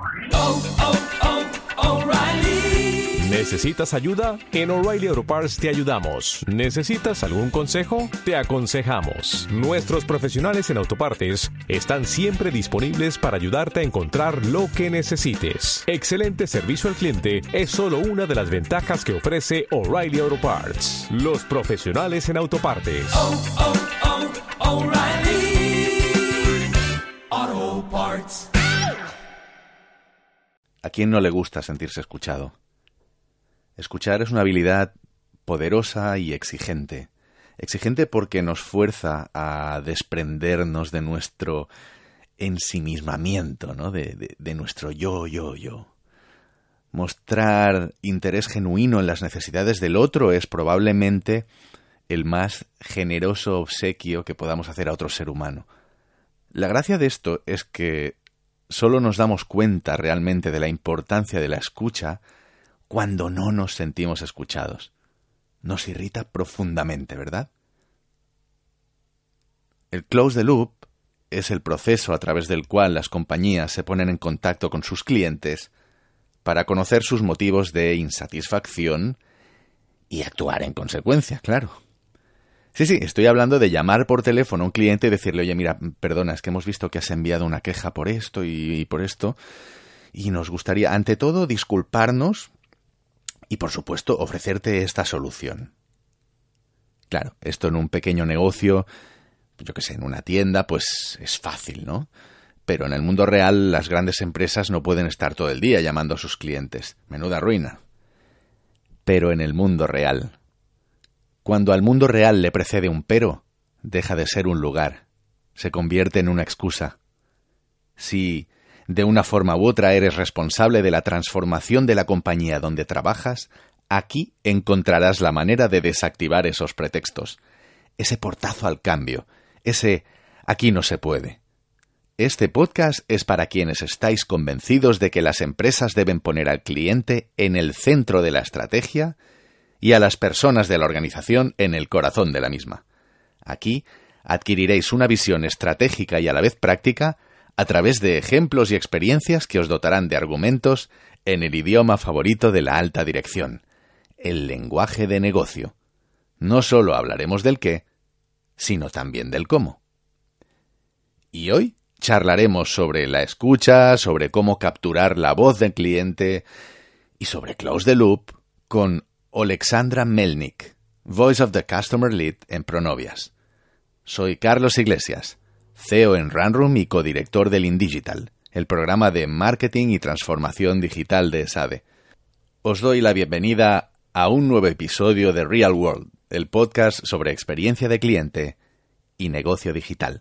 O'Reilly. ¿Necesitas ayuda? En O'Reilly Auto Parts te ayudamos. ¿Necesitas algún consejo? Te aconsejamos. Nuestros profesionales en autopartes están siempre disponibles para ayudarte a encontrar lo que necesites. Excelente servicio al cliente es solo una de las ventajas que ofrece O'Reilly Auto Parts. Los profesionales en autopartes. O'Reilly Auto Parts. ¿A quién no le gusta sentirse escuchado? Escuchar es una habilidad poderosa y exigente. Exigente porque nos fuerza a desprendernos de nuestro ensimismamiento, ¿no? De nuestro yo. Mostrar interés genuino en las necesidades del otro es probablemente el más generoso obsequio que podamos hacer a otro ser humano. La gracia de esto es que solo nos damos cuenta realmente de la importancia de la escucha cuando no nos sentimos escuchados. Nos irrita profundamente, ¿verdad? El close the loop es el proceso a través del cual las compañías se ponen en contacto con sus clientes para conocer sus motivos de insatisfacción y actuar en consecuencia, claro. Sí, estoy hablando de llamar por teléfono a un cliente y decirle, oye, mira, perdona, es que hemos visto que has enviado una queja por esto y por esto, y nos gustaría, ante todo, disculparnos y, por supuesto, ofrecerte esta solución. Claro, esto en un pequeño negocio, yo qué sé, en una tienda, pues es fácil, ¿no? Pero en el mundo real, las grandes empresas no pueden estar todo el día llamando a sus clientes. Menuda ruina. Pero en el mundo real, cuando al mundo real le precede un pero, deja de ser un lugar, se convierte en una excusa. Si, de una forma u otra, eres responsable de la transformación de la compañía donde trabajas, aquí encontrarás la manera de desactivar esos pretextos, ese portazo al cambio, ese aquí no se puede. Este podcast es para quienes estáis convencidos de que las empresas deben poner al cliente en el centro de la estrategia y a las personas de la organización en el corazón de la misma. Aquí adquiriréis una visión estratégica y a la vez práctica a través de ejemplos y experiencias que os dotarán de argumentos en el idioma favorito de la alta dirección, el lenguaje de negocio. No solo hablaremos del qué, sino también del cómo. Y hoy charlaremos sobre la escucha, sobre cómo capturar la voz del cliente y sobre Close the Loop con Oleksandra Melnik, Voice of the Customer Lead en Pronovias. Soy Carlos Iglesias, CEO en Runroom y codirector del InDigital, el programa de marketing y transformación digital de SADE. Os doy la bienvenida a un nuevo episodio de Real World, el podcast sobre experiencia de cliente y negocio digital.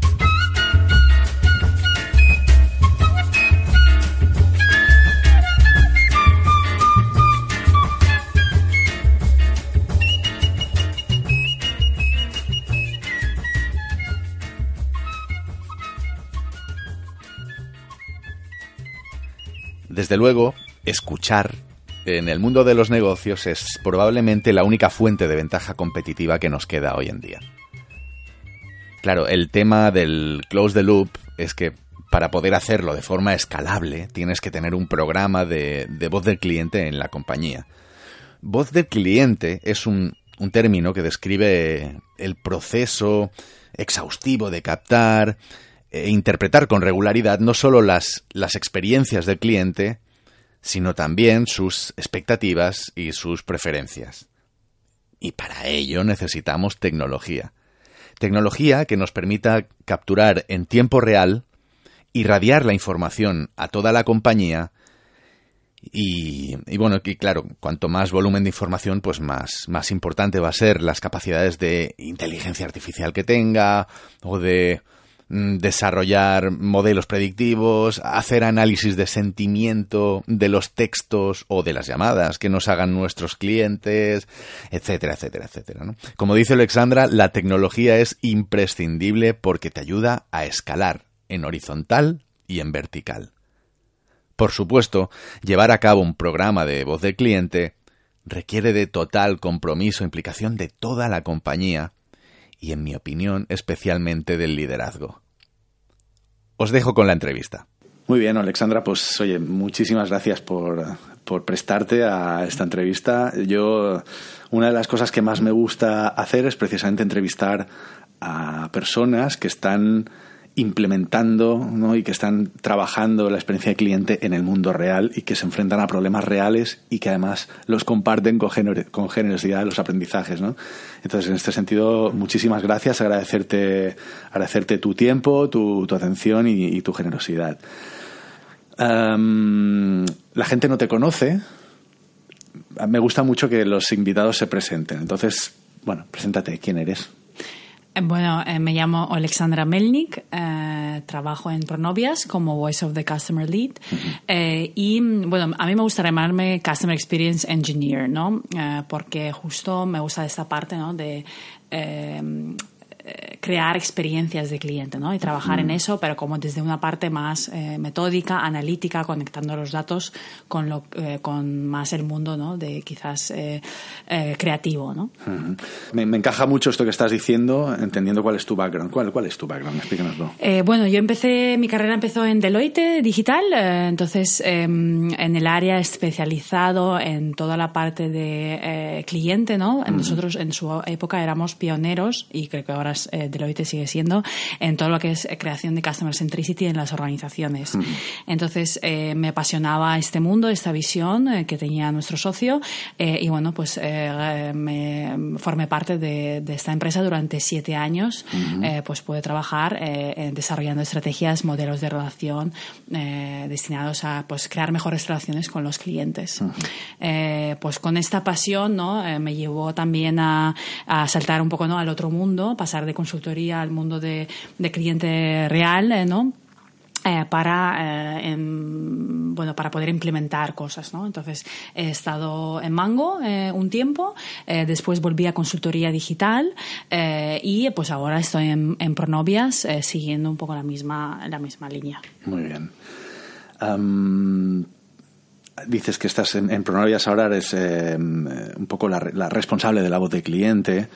Desde luego, escuchar en el mundo de los negocios es probablemente la única fuente de ventaja competitiva que nos queda hoy en día. Claro, el tema del close the loop es que para poder hacerlo de forma escalable tienes que tener un programa de voz del cliente en la compañía. Voz del cliente es un término que describe el proceso exhaustivo de captar e interpretar con regularidad no solo las experiencias del cliente, sino también sus expectativas y sus preferencias. Y para ello necesitamos tecnología. Tecnología que nos permita capturar en tiempo real, irradiar la información a toda la compañía y claro, cuanto más volumen de información, pues más importante va a ser las capacidades de inteligencia artificial que tenga o de desarrollar modelos predictivos, hacer análisis de sentimiento de los textos o de las llamadas que nos hagan nuestros clientes, etcétera, ¿no? Como dice Oleksandra, la tecnología es imprescindible porque te ayuda a escalar en horizontal y en vertical. Por supuesto, llevar a cabo un programa de voz del cliente requiere de total compromiso e implicación de toda la compañía y, en mi opinión, especialmente del liderazgo. Os dejo con la entrevista. Muy bien, Alexandra, pues oye, muchísimas gracias por prestarte a esta entrevista. Una de las cosas que más me gusta hacer es precisamente entrevistar a personas que están implementando, ¿no? Y que están trabajando la experiencia de cliente en el mundo real y que se enfrentan a problemas reales y que además los comparten con generosidad los aprendizajes, ¿no? Entonces, en este sentido, muchísimas gracias, agradecerte tu tiempo, tu atención y tu generosidad. La gente no te conoce. Me gusta mucho que los invitados se presenten. Entonces, bueno, preséntate, ¿quién eres? Bueno, me llamo Alexandra Melnik, trabajo en Pronovias como Voice of the Customer Lead. Y bueno, a mí me gusta llamarme Customer Experience Engineer, ¿no? Porque justo me gusta esta parte, ¿no? De crear experiencias de cliente, ¿no? Y trabajar en eso, pero como desde una parte más metódica, analítica, conectando los datos con más el mundo, ¿no? De quizás creativo, ¿no? Me encaja mucho esto que estás diciendo, entendiendo cuál es tu background. ¿Cuál es tu background? Explícanoslo. Bueno, mi carrera empezó en Deloitte Digital, entonces en el área especializado en toda la parte de cliente, ¿no? Nosotros en su época éramos pioneros y creo que ahora Deloitte sigue siendo en todo lo que es creación de Customer Centricity en las organizaciones. Entonces me apasionaba este mundo, esta visión que tenía nuestro socio y bueno, pues me formé parte de esta empresa durante 7 años. Pues pude trabajar desarrollando estrategias, modelos de relación destinados a pues crear mejores relaciones con los clientes. Pues con esta pasión, ¿no? Me llevó también a saltar un poco, ¿no? Al otro mundo, pasar de consultoría al mundo de cliente real, ¿no? Para poder implementar cosas, ¿no? Entonces he estado en Mango un tiempo, después volví a consultoría digital y pues ahora estoy en Pronovias siguiendo un poco la misma línea. Muy bien. Dices que estás en Pronovias ahora, eres un poco la responsable de la voz de cliente.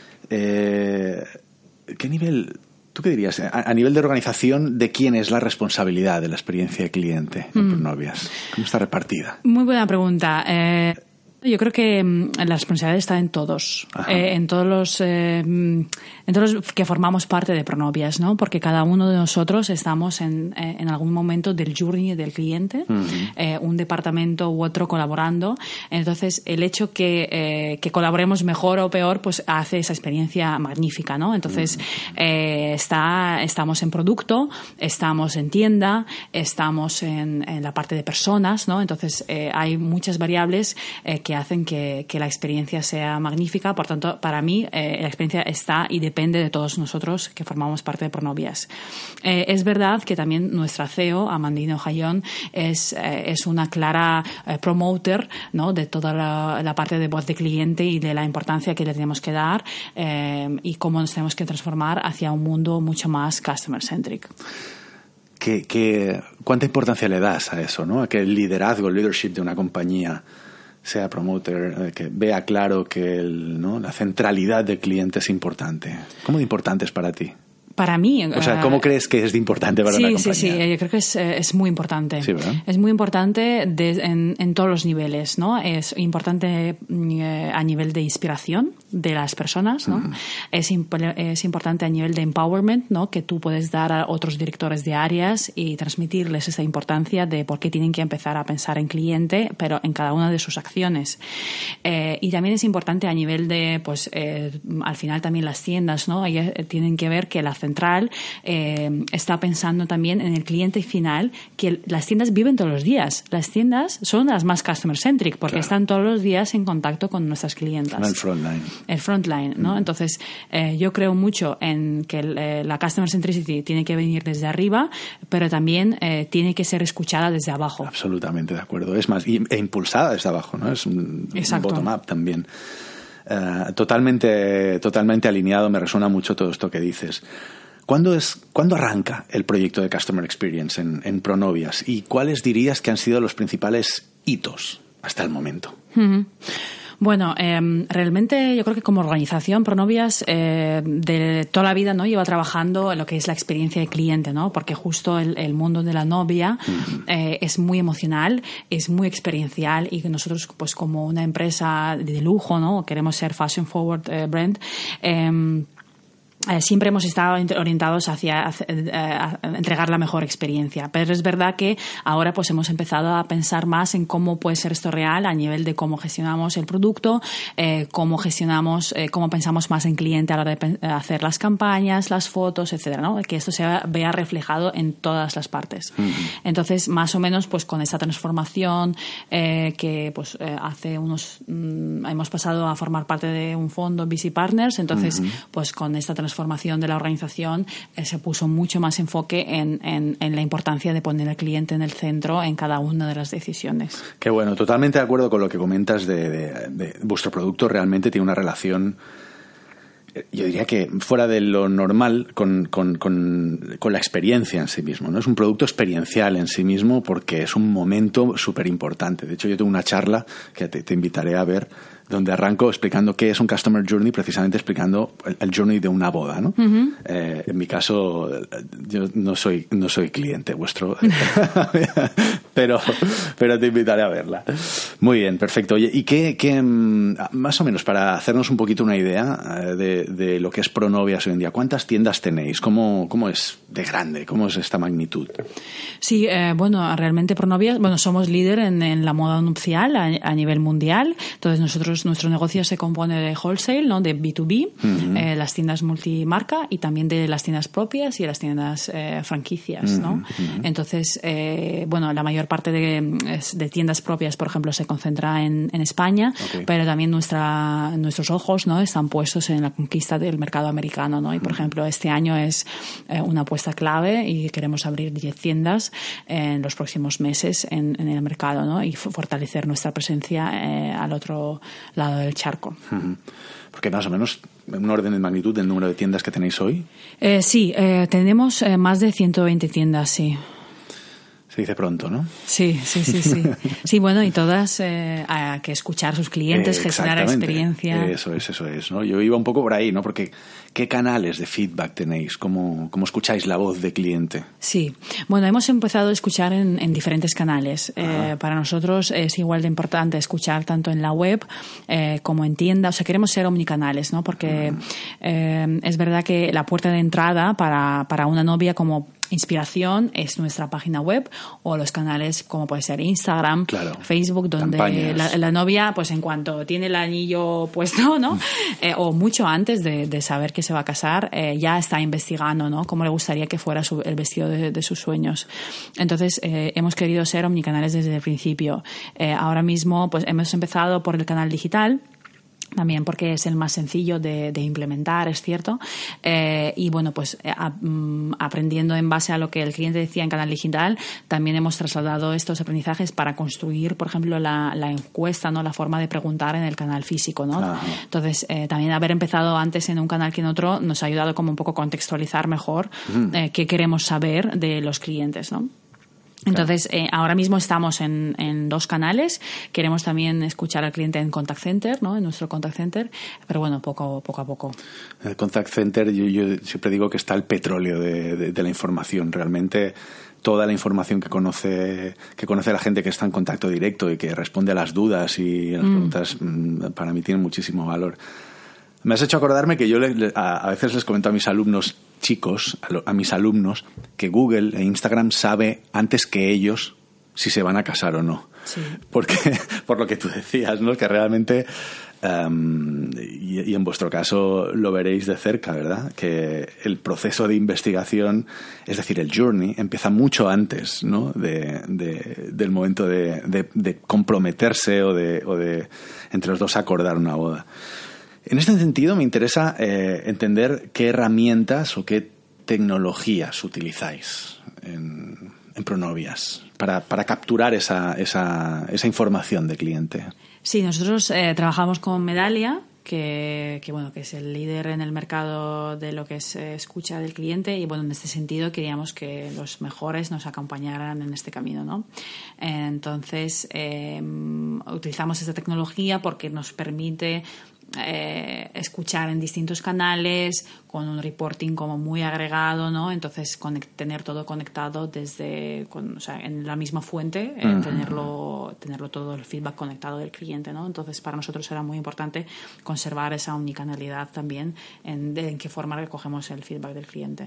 ¿Qué nivel, tú qué dirías, a nivel de organización, de quién es la responsabilidad de la experiencia de cliente en Pronovias? ¿Cómo está repartida? Muy buena pregunta. Yo creo que la responsabilidad está en todos, en todos los que formamos parte de Pronovias, ¿no? Porque cada uno de nosotros estamos en algún momento del journey del cliente, un departamento u otro colaborando. Entonces, el hecho que colaboremos mejor o peor, pues hace esa experiencia magnífica, ¿no? Entonces, estamos en producto, estamos en tienda, estamos en la parte de personas, ¿no? Entonces, hay muchas variables que hacen que la experiencia sea magnífica. Por tanto, para mí, la experiencia está y depende de todos nosotros que formamos parte de Pronovias. Es verdad que también nuestra CEO, Amandine Ojayón, es una clara promoter, ¿no? De toda la parte de voz de cliente y de la importancia que le tenemos que dar y cómo nos tenemos que transformar hacia un mundo mucho más customer-centric. ¿Cuánta importancia le das a eso, ¿no? A que el liderazgo, el leadership de una compañía sea promoter, que vea claro que la centralidad del cliente es importante? ¿Cómo de importante es para ti? Para mí... O sea, ¿cómo crees que es de importante para una compañía? Sí, yo creo que es muy importante. Sí, ¿verdad? Es muy importante en todos los niveles, ¿no? Es importante a nivel de inspiración de las personas, ¿no? Es importante a nivel de empowerment, ¿no? Que tú puedes dar a otros directores de áreas y transmitirles esa importancia de por qué tienen que empezar a pensar en cliente, pero en cada una de sus acciones. Y también es importante a nivel de, pues, al final también las tiendas, ¿no? Ellas tienen que ver que la central está pensando también en el cliente final, que las tiendas viven todos los días. Las tiendas son las más customer-centric porque están todos los días en contacto con nuestras clientas. El frontline. El frontline, ¿no? Entonces, yo creo mucho en que la customer centricity tiene que venir desde arriba, pero también tiene que ser escuchada desde abajo. Absolutamente de acuerdo. Es más, e impulsada desde abajo, ¿no? Es un bottom-up también. Totalmente alineado, me resuena mucho todo esto que dices. ¿Cuándo arranca el proyecto de Customer Experience en Pronovias? ¿Y cuáles dirías que han sido los principales hitos hasta el momento? Bueno, realmente yo creo que como organización Pronovias de toda la vida, ¿no?, lleva trabajando en lo que es la experiencia de cliente, ¿no? Porque justo el mundo de la novia es muy emocional, es muy experiencial, y que nosotros, pues como una empresa de lujo, ¿no?, queremos ser fashion forward brand, siempre hemos estado orientados hacia entregar la mejor experiencia. Pero es verdad que ahora pues hemos empezado a pensar más en cómo puede ser esto real a nivel de cómo gestionamos el producto, cómo pensamos más en cliente a la hora de hacer las campañas, las fotos, etcétera, ¿no? Que esto se vea reflejado en todas las partes. Entonces, más o menos, pues con esta transformación que pues hace hemos pasado a formar parte de un fondo, VC Partners. Entonces, pues con esta transformación de la organización se puso mucho más enfoque en la importancia de poner al cliente en el centro en cada una de las decisiones. Qué bueno, totalmente de acuerdo con lo que comentas de vuestro producto. Realmente tiene una relación, yo diría que fuera de lo normal, con la experiencia en sí mismo, ¿no? Es un producto experiencial en sí mismo porque es un momento súper importante. De hecho, yo tengo una charla que te invitaré a ver, donde arranco explicando qué es un Customer Journey, precisamente explicando el journey de una boda, ¿no? En mi caso, yo no soy cliente vuestro, pero te invitaré a verla. Muy bien, perfecto. Oye, ¿y qué más o menos, para hacernos un poquito una idea de lo que es Pronovias hoy en día, cuántas tiendas tenéis? ¿Cómo es de grande? ¿Cómo es esta magnitud? Sí, bueno, realmente Pronovias, somos líder en la moda nupcial a nivel mundial. Entonces nuestro negocio se compone de wholesale, ¿no?, de B2B, las tiendas multimarca, y también de las tiendas propias y de las tiendas franquicias, ¿no? Entonces, la mayor parte de tiendas propias, por ejemplo, se concentra en España, pero también nuestros ojos, ¿no?, están puestos en la conquista del mercado americano, ¿no? Y, por ejemplo, este año es una apuesta clave y queremos abrir 10 tiendas en los próximos meses en el mercado, ¿no?, y fortalecer nuestra presencia al otro lado del charco. Porque más o menos, un orden de magnitud del número de tiendas que tenéis hoy. Sí, tenemos más de 120 tiendas, sí. Se dice pronto, ¿no? Sí. Sí, bueno, y todas a que escuchar a sus clientes, gestionar la experiencia. Eso es, ¿no? Yo iba un poco por ahí, ¿no? Porque ¿qué canales de feedback tenéis? ¿Cómo escucháis la voz de cliente? Sí, bueno, hemos empezado a escuchar en diferentes canales. Para nosotros es igual de importante escuchar tanto en la web como en tienda. O sea, queremos ser omnicanales, ¿no? Porque es verdad que la puerta de entrada para una novia como inspiración es nuestra página web o los canales como puede ser Instagram, claro, Facebook, donde la novia, pues en cuanto tiene el anillo puesto, ¿no? O mucho antes de saber que se va a casar, ya está investigando, ¿no?, cómo le gustaría que fuera el vestido de sus sueños. Entonces, hemos querido ser omnicanales desde el principio. Ahora mismo, pues hemos empezado por el canal digital, también porque es el más sencillo de implementar, es cierto, y bueno, pues aprendiendo en base a lo que el cliente decía en canal digital, también hemos trasladado estos aprendizajes para construir, por ejemplo, la encuesta, ¿no?, la forma de preguntar en el canal físico, ¿no? Ajá. Entonces, también haber empezado antes en un canal que en otro nos ha ayudado como un poco a contextualizar mejor qué queremos saber de los clientes, ¿no? Entonces, ahora mismo estamos en 2 canales. Queremos también escuchar al cliente en Contact Center, ¿no?, en nuestro Contact Center, pero bueno, poco a poco. En el Contact Center yo siempre digo que está el petróleo de la información. Realmente toda la información que conoce la gente que está en contacto directo y que responde a las dudas y a las preguntas, para mí tiene muchísimo valor. Me has hecho acordarme que yo a veces les comento a mis alumnos chicos, a mis alumnos, que Google e Instagram sabe antes que ellos si se van a casar o no. Sí. Porque, por lo que tú decías, ¿no?, que realmente, y en vuestro caso lo veréis de cerca, ¿verdad?, que el proceso de investigación, es decir, el journey, empieza mucho antes, ¿no?, del momento de comprometerse o de entre los dos acordar una boda. En este sentido, me interesa entender qué herramientas o qué tecnologías utilizáis en Pronovias para capturar esa información de cliente. Sí, nosotros trabajamos con Medallia, bueno, que es el líder en el mercado de lo que es escucha del cliente, y bueno, en este sentido queríamos que los mejores nos acompañaran en este camino, ¿no? Entonces utilizamos esta tecnología porque nos permite escuchar en distintos canales con un reporting como muy agregado, ¿no? Entonces tener todo conectado en la misma fuente, tenerlo todo el feedback conectado del cliente, ¿no? Entonces para nosotros era muy importante conservar esa omnicanalidad también en qué forma recogemos el feedback del cliente.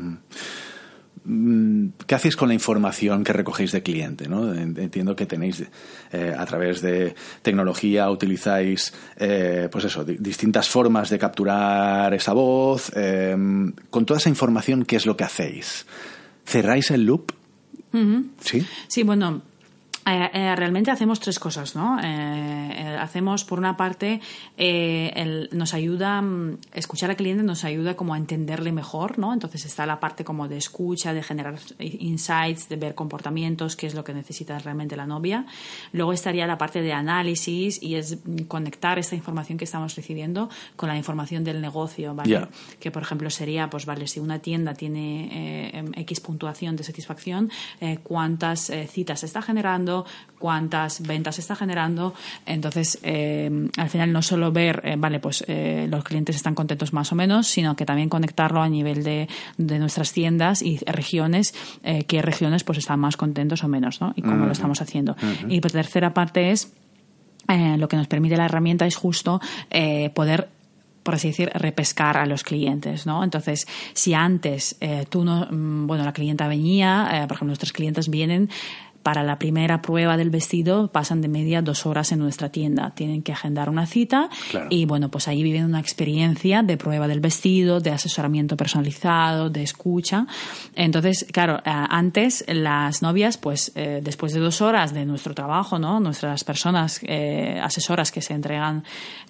¿Qué hacéis con la información que recogéis de cliente, ¿no? Entiendo que tenéis a través de tecnología utilizáis distintas formas de capturar esa voz. Con toda esa información, ¿qué es lo que hacéis? ¿Cerráis el loop? ¿Sí? Sí, bueno, realmente hacemos tres cosas, ¿no? Hacemos, por una parte, nos ayuda, escuchar al cliente nos ayuda como a entenderle mejor, ¿no? Entonces está la parte como de escucha, de generar insights, de ver comportamientos, qué es lo que necesita realmente la novia. Luego estaría la parte de análisis, y es conectar esta información que estamos recibiendo con la información del negocio, ¿vale? Yeah. Que, por ejemplo, sería, pues vale, si una tienda tiene X puntuación de satisfacción, cuántas citas está generando, cuántas ventas está generando. Entonces al final no solo ver los clientes están contentos más o menos, sino que también conectarlo a nivel de nuestras tiendas y regiones, qué regiones pues están más contentos o menos, ¿no? Y cómo lo estamos haciendo. Y la tercera parte es lo que nos permite la herramienta es justo poder, por así decir, repescar a los clientes, ¿no? Entonces, si antes la clienta venía, por ejemplo, nuestros clientes vienen para la primera prueba del vestido, pasan de media 2 horas en nuestra tienda. Tienen que agendar una cita. Claro. Y bueno, pues ahí viven una experiencia de prueba del vestido, de asesoramiento personalizado, de escucha. Entonces, claro, antes las novias, pues después de 2 horas de nuestro trabajo, ¿no? Nuestras personas asesoras que se entregan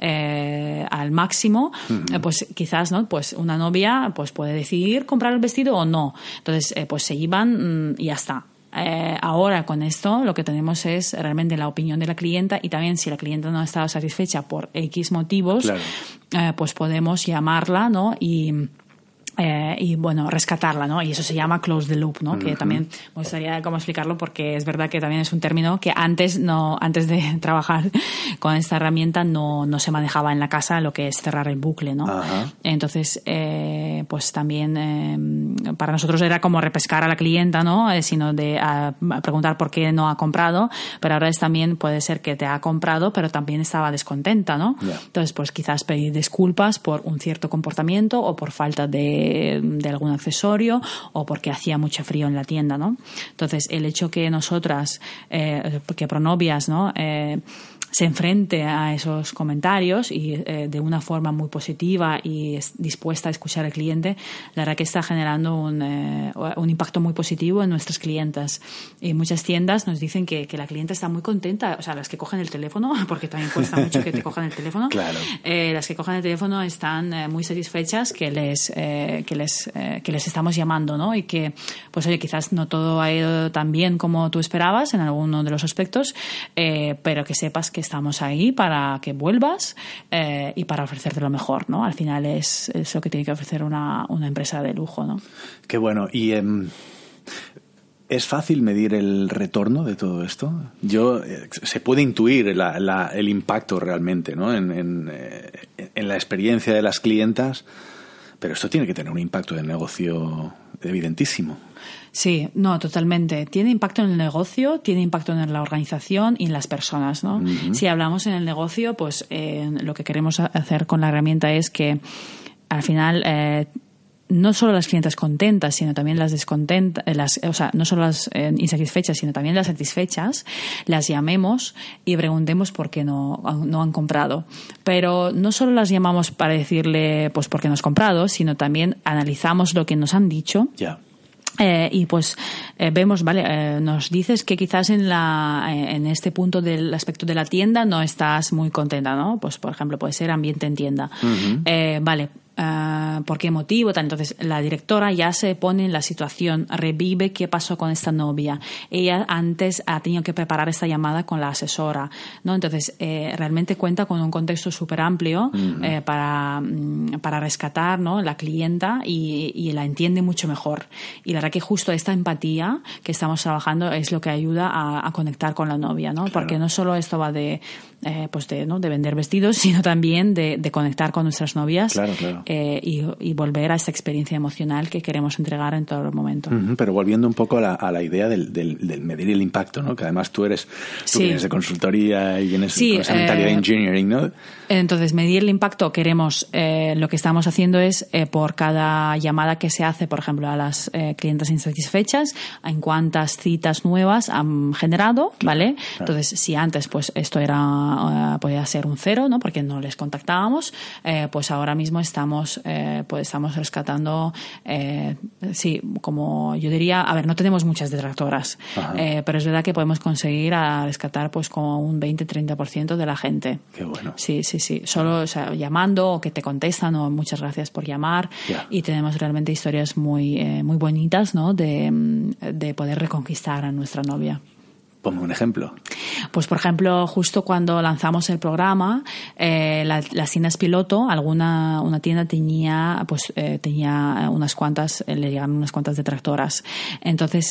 al máximo, pues quizás, ¿no? Pues una novia pues puede decidir comprar el vestido o no. Entonces, pues se iban y ya está. Ahora con esto lo que tenemos es realmente la opinión de la clienta, y también si la clienta no ha estado satisfecha por X motivos, claro, pues podemos llamarla, ¿no? Y bueno, rescatarla, ¿no? Y eso se llama close the loop, ¿no? Que también me gustaría cómo explicarlo, porque es verdad que también es un término que antes de trabajar con esta herramienta no se manejaba en la casa, lo que es cerrar el bucle, ¿no? Ajá. Entonces, pues también para nosotros era como repescar a la clienta, ¿no? Sino de preguntar por qué no ha comprado, pero ahora también puede ser que te ha comprado, pero también estaba descontenta, ¿no? Yeah. Entonces, pues quizás pedir disculpas por un cierto comportamiento o por falta de algún accesorio, o porque hacía mucho frío en la tienda, ¿no? Entonces, el hecho que nosotras, que Pronovias, ¿no? Se enfrente a esos comentarios y de una forma muy positiva y dispuesta a escuchar al cliente, la verdad que está generando un impacto muy positivo en nuestras clientas. Y muchas tiendas nos dicen que la clienta está muy contenta, o sea, las que cogen el teléfono, porque también cuesta mucho que te cojan el teléfono. Claro. Las que cogen el teléfono están muy satisfechas que les estamos llamando, ¿no? Y que, pues oye, quizás no todo ha ido tan bien como tú esperabas en alguno de los aspectos, pero que sepas que estamos ahí para que vuelvas y para ofrecerte lo mejor, ¿no? Al final es lo que tiene que ofrecer una empresa de lujo, ¿no? Qué bueno. Y ¿es fácil medir el retorno de todo esto? Se puede intuir el impacto realmente, ¿no? En la experiencia de las clientas, pero esto tiene que tener un impacto en el negocio evidentísimo. Sí, no, totalmente. Tiene impacto en el negocio, tiene impacto en la organización y en las personas, ¿no? Uh-huh. Si hablamos en el negocio, pues lo que queremos hacer con la herramienta es que al final no solo las clientas contentas, sino también las descontentas, no solo las insatisfechas, sino también las satisfechas, las llamemos y preguntemos por qué no han comprado. Pero no solo las llamamos para decirle pues por qué no has comprado, sino también analizamos lo que nos han dicho. Yeah. Y pues vemos, vale, nos dices que quizás en este punto del aspecto de la tienda no estás muy contenta, ¿no? Pues por ejemplo puede ser ambiente en tienda. Uh-huh. Vale, por qué motivo, tal. Entonces la directora ya se pone en la situación, revive qué pasó con esta novia. Ella antes ha tenido que preparar esta llamada con la asesora, ¿no? Entonces realmente cuenta con un contexto súper amplio para rescatar, ¿no?, la clienta y la entiende mucho mejor. Y la verdad que justo esta empatía que estamos trabajando es lo que ayuda a conectar con la novia, ¿no? Claro. Porque no solo esto va de vender vestidos, sino también de conectar con nuestras novias. Claro, claro. Y volver a esta experiencia emocional que queremos entregar en todo momento. Pero volviendo un poco a la idea del medir el impacto, ¿no? Que además tú vienes de consultoría y vienes con esa mentalidad de engineering, ¿no? Entonces, medir el impacto queremos, lo que estamos haciendo es por cada llamada que se hace, por ejemplo, a las clientes insatisfechas, en cuántas citas nuevas han generado, ¿vale? Claro. Entonces, si antes pues esto podía ser un 0, ¿no?, porque no les contactábamos, pues ahora mismo estamos rescatando, como yo diría, a ver, no tenemos muchas detractoras, pero es verdad que podemos conseguir rescatar pues como un 20-30% de la gente. Qué bueno. Sí. Solo llamando, o que te contestan, o muchas gracias por llamar. Yeah. Y tenemos realmente historias muy bonitas, ¿no?, de poder reconquistar a nuestra novia. Ponme un ejemplo. Pues, por ejemplo, justo cuando lanzamos el programa, las tiendas piloto, una tienda tenía unas cuantas, le llegaron unas cuantas detractoras. Entonces,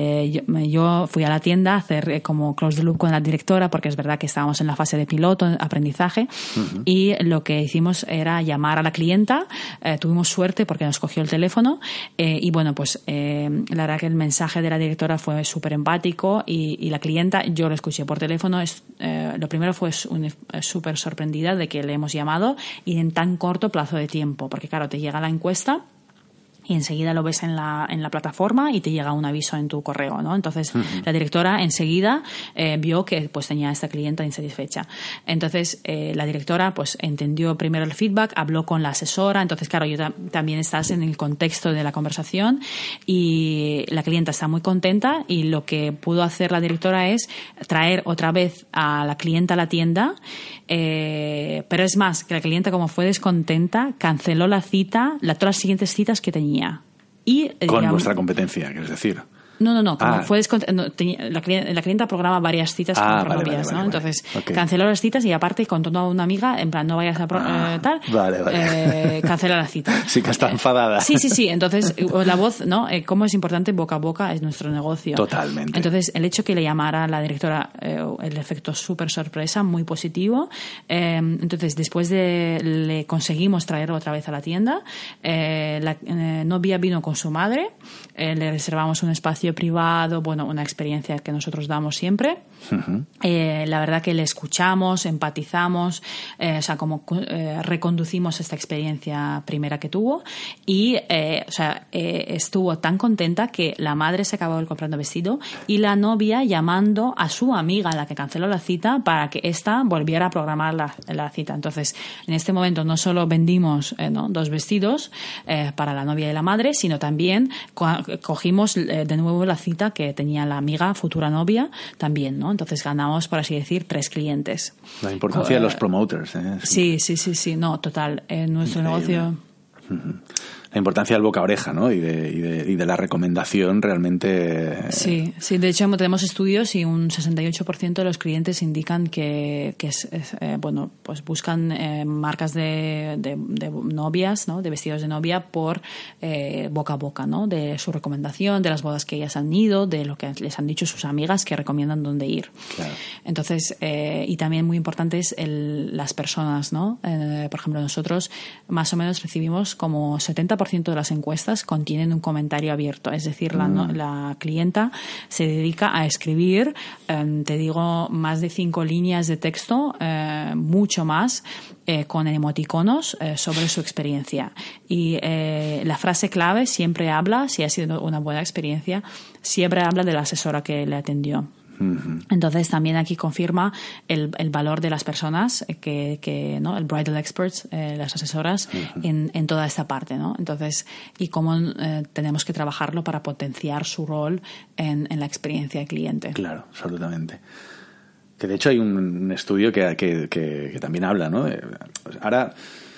yo fui a la tienda a hacer como close the loop con la directora, porque es verdad que estábamos en la fase de piloto, aprendizaje, y lo que hicimos era llamar a la clienta. Tuvimos suerte porque nos cogió el teléfono, y bueno, pues la verdad que el mensaje de la directora fue súper empático, y la clienta, yo lo escuché por teléfono, lo primero fue súper sorprendida de que le hemos llamado y en tan corto plazo de tiempo, porque claro, te llega la encuesta y enseguida lo ves en la plataforma y te llega un aviso en tu correo, ¿no? Entonces, la directora enseguida vio que pues tenía a esta clienta insatisfecha. Entonces, la directora pues entendió primero el feedback, habló con la asesora. Entonces, claro, también estás en el contexto de la conversación y la clienta está muy contenta, y lo que pudo hacer la directora es traer otra vez a la clienta a la tienda, pero es más, que la clienta, como fue descontenta, canceló la cita, todas las siguientes citas que tenía. Y, con vuestra competencia, quieres decir. No, como fue la clienta programa varias citas con otras novias, ¿no? Entonces, canceló las citas y aparte contó a una amiga, en plan, no vayas a tal, cancela la cita. Sí que está enfadada. Sí. Entonces, la voz, ¿no? Cómo es importante, boca a boca es nuestro negocio. Totalmente. Entonces, el hecho que le llamara a la directora, el efecto súper sorpresa, muy positivo. Entonces, después le conseguimos traer otra vez a la tienda. La novia vino con su madre, le reservamos un espacio privado, bueno, una experiencia que nosotros damos siempre. La verdad que le escuchamos, empatizamos, reconducimos esta experiencia primera que tuvo, y estuvo tan contenta que la madre se acabó comprando vestido y la novia llamando a su amiga, la que canceló la cita, para que ésta volviera a programar la cita. Entonces, en este momento no solo vendimos 2 vestidos para la novia y la madre, sino también cogimos de nuevo la cita que tenía la amiga, futura novia, también, ¿no? Entonces ganamos, por así decir, 3 clientes. La importancia de los promoters, ¿eh? Sí, no, total. En nuestro negocio... La importancia del boca a oreja, ¿no? Y de la recomendación realmente. Sí. De hecho, tenemos estudios y un 68% de los clientes indican que pues buscan marcas de novias, ¿no? De vestidos de novia por boca a boca, ¿no? De su recomendación, de las bodas que ellas han ido, de lo que les han dicho sus amigas que recomiendan dónde ir. Claro. Entonces, y también muy importante es las personas, ¿no? Por ejemplo, nosotros más o menos recibimos como 70% de las encuestas contienen un comentario abierto, es decir, la clienta se dedica a escribir, te digo, más de 5 líneas de texto, mucho más, con emoticonos sobre su experiencia. Y la frase clave siempre habla, si ha sido una buena experiencia, siempre habla de la asesora que le atendió. Entonces también aquí confirma el valor de las personas que ¿no? el bridal experts, las asesoras en toda esta parte, ¿no? Entonces, y cómo tenemos que trabajarlo para potenciar su rol en la experiencia del cliente. Claro, absolutamente. Que de hecho hay un estudio que también habla, ¿no? Ahora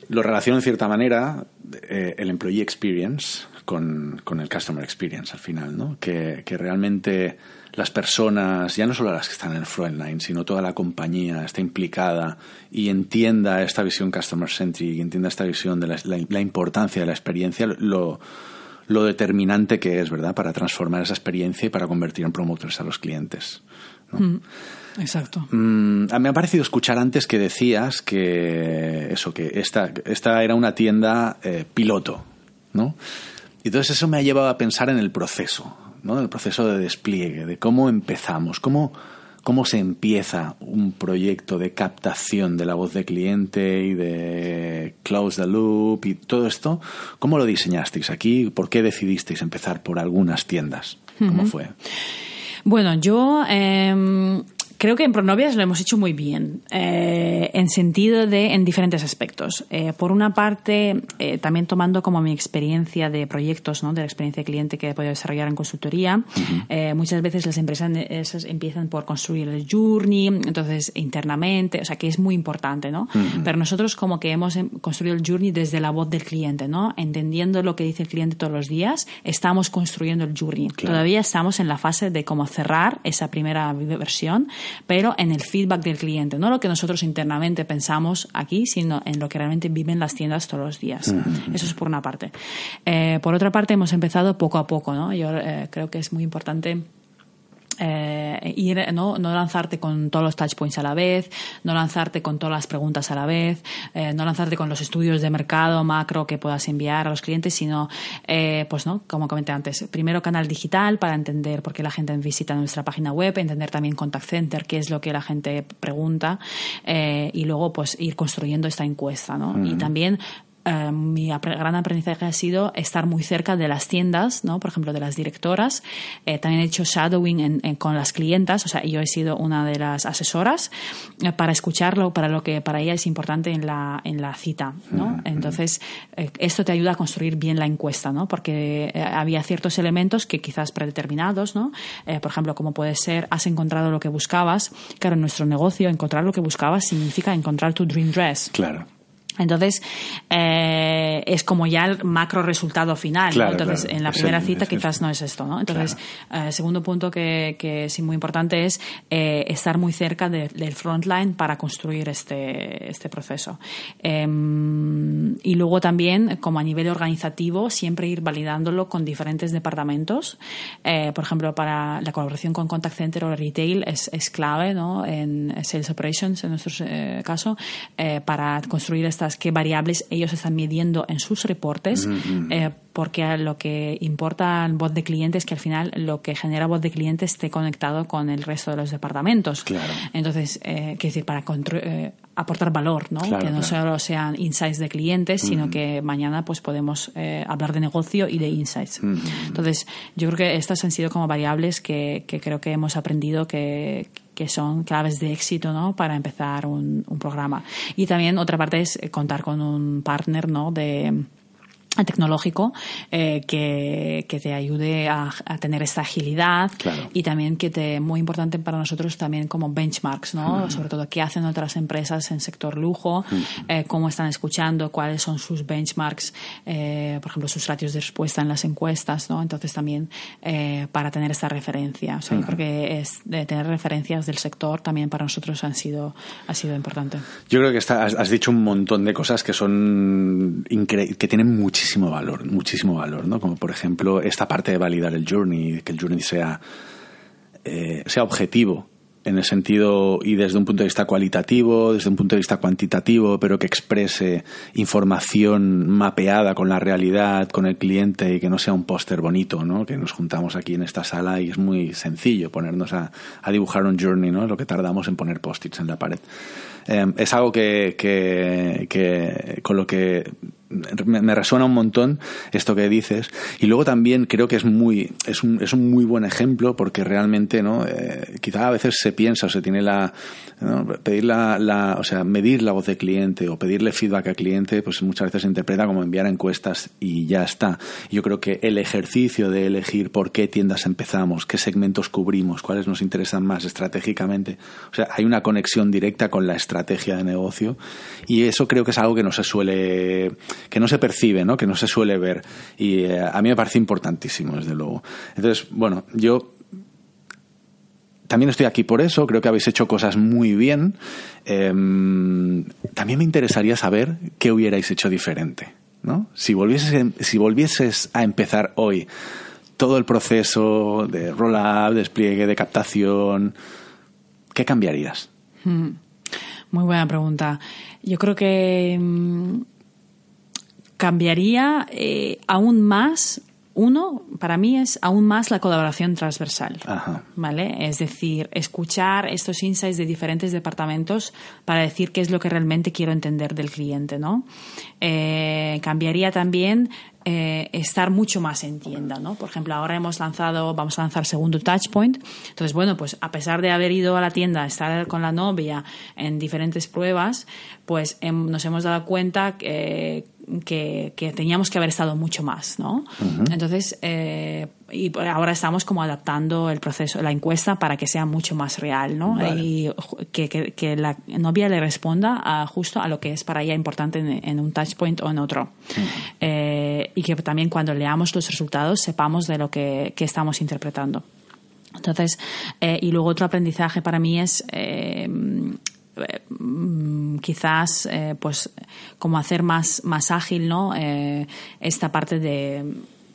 lo relaciono en cierta manera el employee experience con el customer experience al final, ¿no? Que realmente las personas, ya no solo las que están en el frontline, sino toda la compañía está implicada y entienda esta visión customer centric y entienda esta visión de la importancia de la experiencia, lo determinante que es, ¿verdad?, para transformar esa experiencia y para convertir en promoters a los clientes, ¿no? Exacto. Me ha parecido escuchar antes que decías que esta era una tienda piloto, ¿no? Y entonces eso me ha llevado a pensar en el proceso, ¿no? En el proceso de despliegue, de cómo empezamos, cómo se empieza un proyecto de captación de la voz de cliente y de close the loop y todo esto. ¿Cómo lo diseñasteis aquí? ¿Por qué decidisteis empezar por algunas tiendas? ¿Cómo fue? Bueno, yo creo que en Pronovias lo hemos hecho muy bien, en diferentes aspectos. Por una parte, también tomando como mi experiencia de proyectos, ¿no?, de la experiencia de cliente que he podido desarrollar en consultoría, muchas veces las empresas empiezan por construir el journey, entonces internamente, o sea que es muy importante, ¿no? Pero nosotros como que hemos construido el journey desde la voz del cliente, ¿no? Entendiendo lo que dice el cliente todos los días, estamos construyendo el journey. Claro. Todavía estamos en la fase de cómo cerrar esa primera versión, pero en el feedback del cliente, no lo que nosotros internamente pensamos aquí, sino en lo que realmente viven las tiendas todos los días. Eso es por una parte. Por otra parte, hemos empezado poco a poco, ¿no? Yo creo que es muy importante no lanzarte con todos los touch points a la vez, no lanzarte con todas las preguntas a la vez, no lanzarte con los estudios de mercado macro que puedas enviar a los clientes, sino pues no, como comenté antes, primero canal digital para entender por qué la gente visita nuestra página web, entender también contact center, qué es lo que la gente pregunta, y luego pues ir construyendo esta encuesta, ¿no? Y también mi gran aprendizaje ha sido estar muy cerca de las tiendas, ¿no? Por ejemplo, de las directoras. También he hecho shadowing con las clientas, o sea, yo he sido una de las asesoras para escucharlo, para lo que para ella es importante en la cita, ¿no? Entonces, esto te ayuda a construir bien la encuesta, ¿no? Porque había ciertos elementos que quizás predeterminados, ¿no? Por ejemplo, como puede ser, has encontrado lo que buscabas. Claro, en nuestro negocio, encontrar lo que buscabas significa encontrar tu dream dress. Claro. Entonces, es como ya el macro resultado final, claro, ¿no? Entonces, claro. En la primera cita quizás no es esto, ¿no? Entonces, claro. Segundo punto que es muy importante es estar muy cerca del frontline para construir este proceso. Y luego también, como a nivel organizativo, siempre ir validándolo con diferentes departamentos. Por ejemplo, para la colaboración con Contact Center o Retail es clave, ¿no? En Sales Operations, en nuestro caso, para construir qué variables ellos están midiendo en sus reportes, porque lo que importa en voz de cliente es que al final lo que genera voz de cliente esté conectado con el resto de los departamentos. Claro. Entonces, quiero decir, para aportar valor, ¿no? Claro, que no solo sean insights de clientes, sino que mañana pues podemos hablar de negocio y de insights. Entonces, yo creo que estas han sido como variables que creo que hemos aprendido que son claves de éxito, ¿no? Para empezar un programa. Y también otra parte es contar con un partner, ¿no? Tecnológico que te ayude a tener esta agilidad. Claro. Y también muy importante para nosotros también como benchmarks, ¿no? Sobre todo qué hacen otras empresas en sector lujo, cómo están escuchando, cuáles son sus benchmarks, por ejemplo sus ratios de respuesta en las encuestas, ¿no? Entonces también para tener esta referencia, o sea, yo creo que de tener referencias del sector también para nosotros ha sido importante. Yo creo que has dicho un montón de cosas que son que tienen muchísimo valor, ¿no? Como por ejemplo esta parte de validar el journey, que el journey sea objetivo en el sentido y desde un punto de vista cualitativo, desde un punto de vista cuantitativo, pero que exprese información mapeada con la realidad, con el cliente, y que no sea un póster bonito, ¿no? Que nos juntamos aquí en esta sala y es muy sencillo ponernos a dibujar un journey, ¿no? Lo que tardamos en poner post-its en la pared. Es algo que con lo que me resuena un montón esto que dices. Y luego también creo que es un muy buen ejemplo, porque realmente, ¿no? Quizá a veces se piensa o se tiene pedir o sea, medir la voz del cliente o pedirle feedback al cliente, pues muchas veces se interpreta como enviar encuestas y ya está. Yo creo que el ejercicio de elegir por qué tiendas empezamos, qué segmentos cubrimos, cuáles nos interesan más estratégicamente, o sea, hay una conexión directa con la estrategia de negocio, y eso creo que es algo que no se percibe, ¿no? Que no se suele ver, y a mí me parece importantísimo, desde luego. Entonces, bueno, yo también estoy aquí por eso, creo que habéis hecho cosas muy bien. También me interesaría saber qué hubierais hecho diferente, ¿no? Si volvieses a empezar hoy todo el proceso de roll-up, despliegue, de captación, ¿qué cambiarías? Muy buena pregunta. Yo creo que cambiaría aún más. Uno, para mí, es aún más la colaboración transversal. Ajá. ¿Vale? Es decir, escuchar estos insights de diferentes departamentos para decir qué es lo que realmente quiero entender del cliente, ¿no? Cambiaría también estar mucho más en tienda, ¿no? Por ejemplo, ahora vamos a lanzar segundo Touchpoint. Entonces, bueno, pues a pesar de haber ido a la tienda, estar con la novia en diferentes pruebas, pues nos hemos dado cuenta que teníamos que haber estado mucho más, ¿no? Uh-huh. Entonces, y ahora estamos como adaptando el proceso, la encuesta, para que sea mucho más real, ¿no? Vale. Y que la novia le responda justo a lo que es para ella importante en un touchpoint o en otro. Uh-huh. Y que también cuando leamos los resultados sepamos de lo que estamos interpretando. Entonces, y luego otro aprendizaje para mí es quizás pues como hacer más ágil, ¿no? Esta parte de,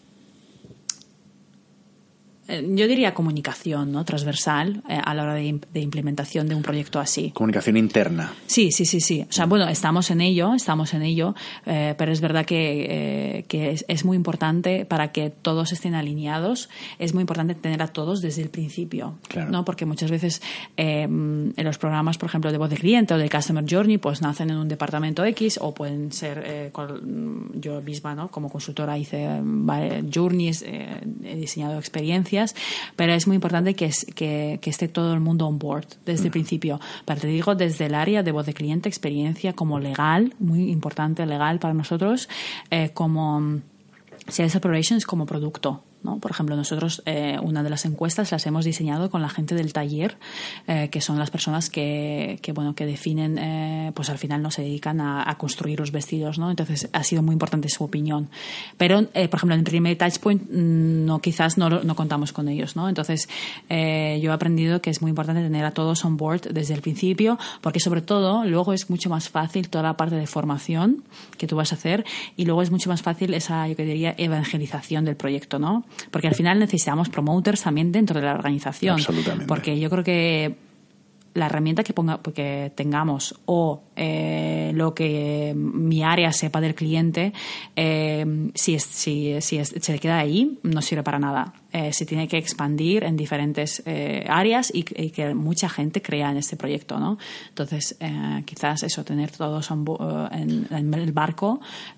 yo diría comunicación, ¿no? Transversal a la hora de implementación de un proyecto así. Comunicación interna. Sí. O sea, bueno, estamos en ello, pero es verdad que es muy importante, para que todos estén alineados, es muy importante tener a todos desde el principio, claro, ¿no? Porque muchas veces en los programas, por ejemplo, de voz de cliente o de Customer Journey, pues nacen en un departamento X, o pueden ser, yo misma, ¿no? Como consultora hice journeys, he diseñado experiencias, pero es muy importante que esté todo el mundo on board desde el principio. Pero te digo, desde el área de voz de cliente, experiencia, como legal, muy importante legal para nosotros, como Sales Operations, como producto, ¿no? Por ejemplo, nosotros una de las encuestas las hemos diseñado con la gente del taller, que son las personas que definen, pues al final no se dedican a construir los vestidos, ¿no? Entonces ha sido muy importante su opinión. Pero, por ejemplo, en el primer touchpoint quizás no contamos con ellos, ¿no? Entonces yo he aprendido que es muy importante tener a todos on board desde el principio, porque sobre todo luego es mucho más fácil toda la parte de formación que tú vas a hacer, y luego es mucho más fácil esa, yo diría, evangelización del proyecto, ¿no? Porque al final necesitamos promoters también dentro de la organización. Absolutamente. Porque yo creo que la herramienta que tengamos, o lo que mi área sepa del cliente, si se queda ahí, no sirve para nada. Se tiene que expandir en diferentes áreas y que mucha gente crea en este proyecto, ¿no? Entonces, quizás eso, tener todos en el barco,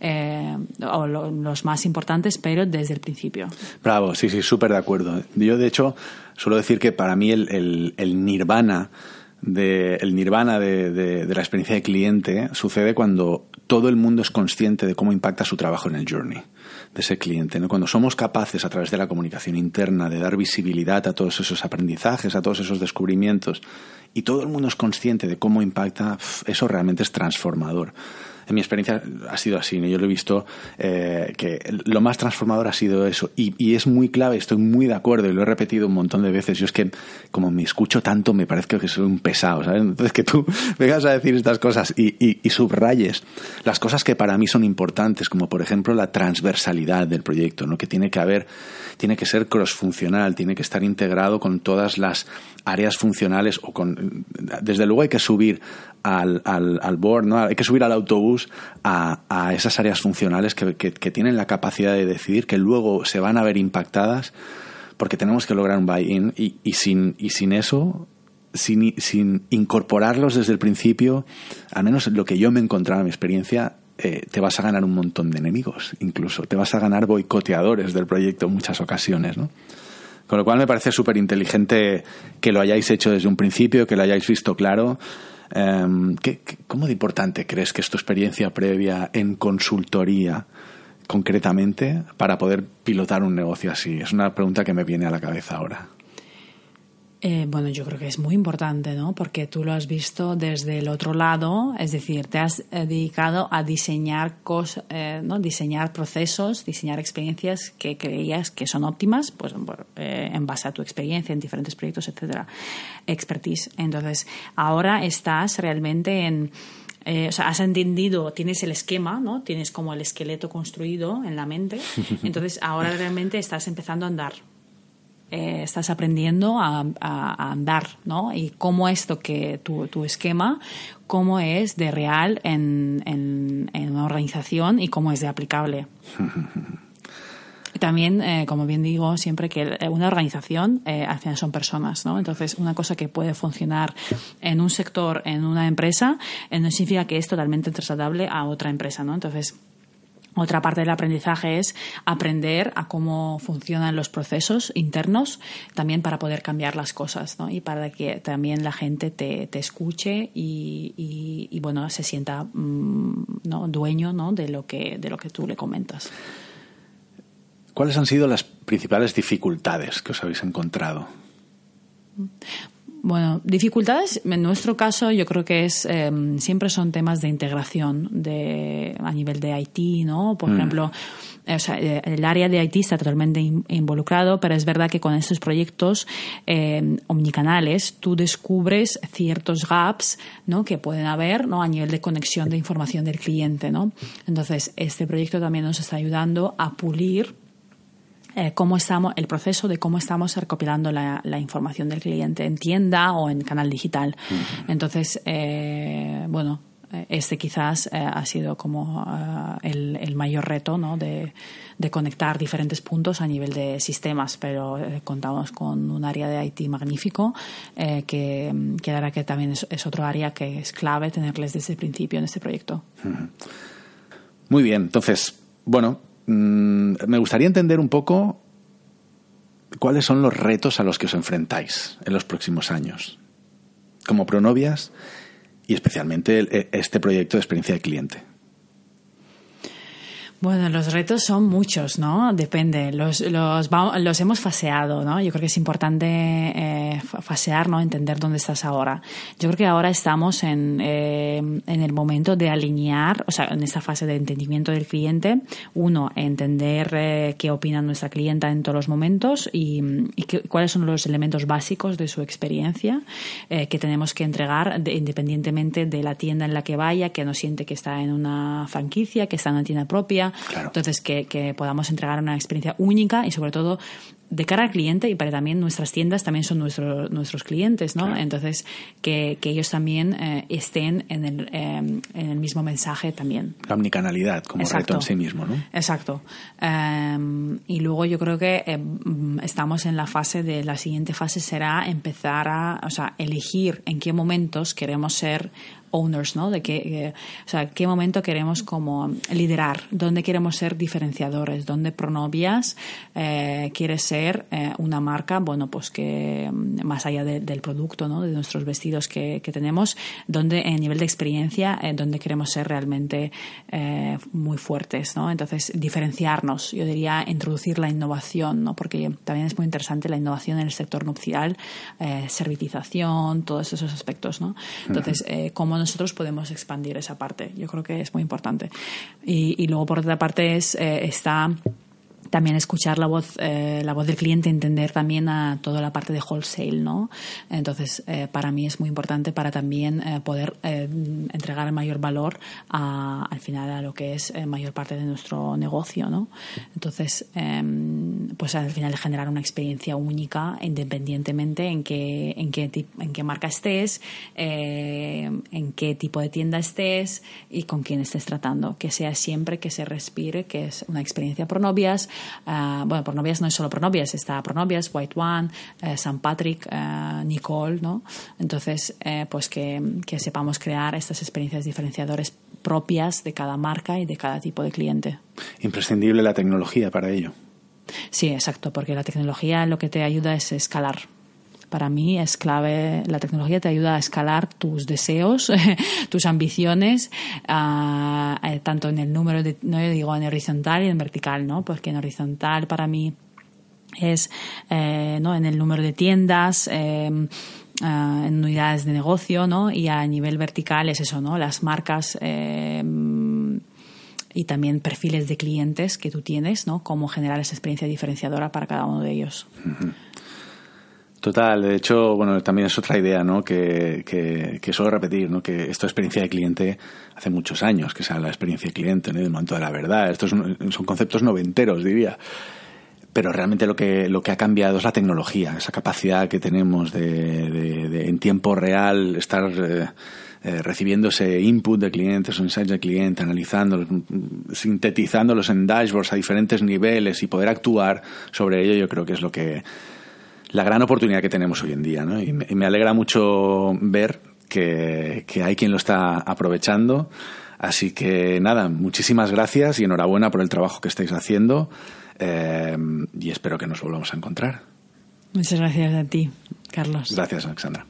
o los más importantes, pero desde el principio. Bravo, sí, súper de acuerdo. Yo, de hecho, suelo decir que para mí el nirvana de la experiencia de cliente sucede cuando todo el mundo es consciente de cómo impacta su trabajo en el journey de ese cliente, ¿no? Cuando somos capaces, a través de la comunicación interna, de dar visibilidad a todos esos aprendizajes, a todos esos descubrimientos, y todo el mundo es consciente de cómo impacta, eso realmente es transformador. En mi experiencia ha sido así, ¿no? Yo lo he visto, que lo más transformador ha sido eso, y es muy clave, estoy muy de acuerdo, y lo he repetido un montón de veces. Yo es que, como me escucho tanto, me parece que soy un pesado, ¿sabes? Entonces, que tú vengas a decir estas cosas y subrayes las cosas que para mí son importantes, como por ejemplo la transversalidad del proyecto, ¿no? Que tiene que ser cross-funcional, tiene que estar integrado con todas las áreas funcionales, desde luego hay que subir al board, ¿no? Hay que subir al autobús a esas áreas funcionales que tienen la capacidad de decidir, que luego se van a ver impactadas, porque tenemos que lograr un buy-in, y sin eso, sin incorporarlos desde el principio, al menos lo que yo me he encontrado en mi experiencia, te vas a ganar un montón de enemigos, incluso. Te vas a ganar boicoteadores del proyecto en muchas ocasiones, ¿no? Con lo cual me parece súper inteligente que lo hayáis hecho desde un principio, que lo hayáis visto claro. ¿Cómo de importante crees que es tu experiencia previa en consultoría, concretamente, para poder pilotar un negocio así? Es una pregunta que me viene a la cabeza ahora. Bueno, yo creo que es muy importante, ¿no? Porque tú lo has visto desde el otro lado, es decir, te has dedicado a diseñar cosas, ¿no? Diseñar procesos, diseñar experiencias que creías que son óptimas, pues en base a tu experiencia en diferentes proyectos, etcétera, expertise. Entonces, ahora estás realmente en o sea, has entendido, tienes el esquema, ¿no? Tienes como el esqueleto construido en la mente. Entonces, ahora realmente estás empezando a andar. Estás aprendiendo a andar, ¿no? Y cómo esto que tu esquema, cómo es de real en una organización y cómo es de aplicable. También, como bien digo siempre, que una organización al final son personas, ¿no? Entonces, una cosa que puede funcionar en un sector, en una empresa, no significa que es totalmente trasladable a otra empresa, ¿no? Entonces, otra parte del aprendizaje es aprender a cómo funcionan los procesos internos, también para poder cambiar las cosas, ¿no? Y para que también la gente te escuche y bueno, se sienta ¿no? dueño, ¿no? de lo que tú le comentas. ¿Cuáles han sido las principales dificultades que os habéis encontrado? Bueno, dificultades, en nuestro caso yo creo que es siempre son temas de integración a nivel de IT, ¿no? Por ejemplo, o sea, el área de IT está totalmente involucrado, pero es verdad que con estos proyectos omnicanales tú descubres ciertos gaps, ¿no? que pueden haber, ¿no? a nivel de conexión de información del cliente, ¿no? Entonces, este proyecto también nos está ayudando a pulir el proceso de cómo estamos recopilando la información del cliente en tienda o en canal digital. Entonces, bueno, este quizás ha sido como el mayor reto, ¿no? de conectar diferentes puntos a nivel de sistemas, pero contamos con un área de IT magnífico que ahora que también es otro área que es clave tenerles desde el principio en este proyecto. Muy bien, entonces, bueno, me gustaría entender un poco cuáles son los retos a los que os enfrentáis en los próximos años como Pronovias y especialmente este proyecto de experiencia de cliente. Bueno, los retos son muchos, ¿no? Depende. Los hemos faseado, ¿no? Yo creo que es importante fasear, ¿no? Entender dónde estás ahora. Yo creo que ahora estamos en el momento de alinear, o sea, en esta fase de entendimiento del cliente. Uno, entender qué opina nuestra clienta en todos los momentos y cuáles son los elementos básicos de su experiencia que tenemos que entregar independientemente de la tienda en la que vaya, que no siente que está en una franquicia, que está en una tienda propia. Claro. Entonces, que podamos entregar una experiencia única y, sobre todo, de cara al cliente, y para también nuestras tiendas también son nuestros clientes, ¿no? Claro. Entonces, que ellos también estén en el mismo mensaje también. La omnicanalidad como Exacto. reto en sí mismo, ¿no? Exacto. Y luego yo creo que estamos en la siguiente fase será empezar a elegir en qué momentos queremos ser owners, ¿no? De qué momento queremos como liderar, dónde queremos ser diferenciadores, dónde Pronovias quiere ser una marca, bueno, pues que más allá del producto, ¿no? De nuestros vestidos que tenemos, donde en nivel de experiencia, donde queremos ser realmente muy fuertes, ¿no? Entonces, diferenciarnos, yo diría introducir la innovación, ¿no? Porque también es muy interesante la innovación en el sector nupcial, servitización, todos esos aspectos, ¿no? Entonces, cómo nosotros podemos expandir esa parte, yo creo que es muy importante. Y luego, por otra parte, está también escuchar la voz del cliente, entender también a toda la parte de wholesale, ¿no? Entonces, para mí es muy importante para también poder entregar el mayor valor al final a lo que es mayor parte de nuestro negocio, ¿no? Entonces, pues al final generar una experiencia única independientemente en qué marca estés, en qué tipo de tienda estés y con quién estés tratando, que sea siempre que se respire, que es una experiencia Pronovias. Bueno, Pronovias no es solo Pronovias, está Pronovias, White One, St. Patrick, Nicole, ¿no? Entonces, pues que sepamos crear estas experiencias diferenciadores propias de cada marca y de cada tipo de cliente. Imprescindible la tecnología para ello. Sí, exacto, porque la tecnología lo que te ayuda es escalar. Para mí es clave, la tecnología te ayuda a escalar tus deseos, tus ambiciones, tanto en el número de, no digo en horizontal y en vertical, ¿no? Porque en horizontal para mí es ¿no? en el número de tiendas, en unidades de negocio, ¿no? Y a nivel vertical es eso, ¿no? Las marcas y también perfiles de clientes que tú tienes, ¿no? Cómo generar esa experiencia diferenciadora para cada uno de ellos. Uh-huh. Total, de hecho, bueno, también es otra idea, ¿no? Que suelo repetir, ¿no? Que esto de experiencia de cliente hace muchos años que se habla de experiencia de cliente, ¿no? El momento de la verdad. Estos son conceptos noventeros, diría. Pero realmente lo que ha cambiado es la tecnología, esa capacidad que tenemos de en tiempo real estar recibiendo ese input de clientes, esos insights de cliente, analizándolos, sintetizándolos en dashboards a diferentes niveles y poder actuar sobre ello. Yo creo que es la gran oportunidad que tenemos hoy en día, ¿no? Y me alegra mucho ver que hay quien lo está aprovechando. Así que nada, muchísimas gracias y enhorabuena por el trabajo que estáis haciendo. Y espero que nos volvamos a encontrar. Muchas gracias a ti, Carlos. Gracias, Alexandra.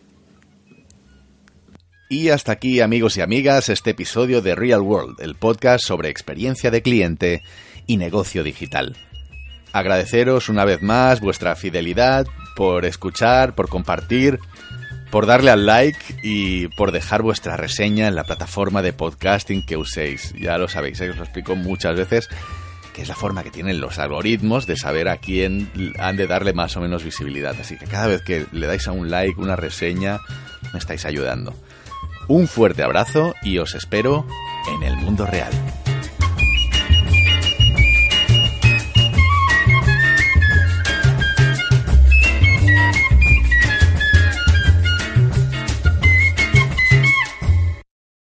Y hasta aquí, amigos y amigas, este episodio de Real World, el podcast sobre experiencia de cliente y negocio digital. Agradeceros una vez más vuestra fidelidad, por escuchar, por compartir, por darle al like y por dejar vuestra reseña en la plataforma de podcasting que uséis. Ya lo sabéis, os lo explico muchas veces, que es la forma que tienen los algoritmos de saber a quién han de darle más o menos visibilidad. Así que cada vez que le dais a un like, una reseña, me estáis ayudando. Un fuerte abrazo y os espero en el mundo real.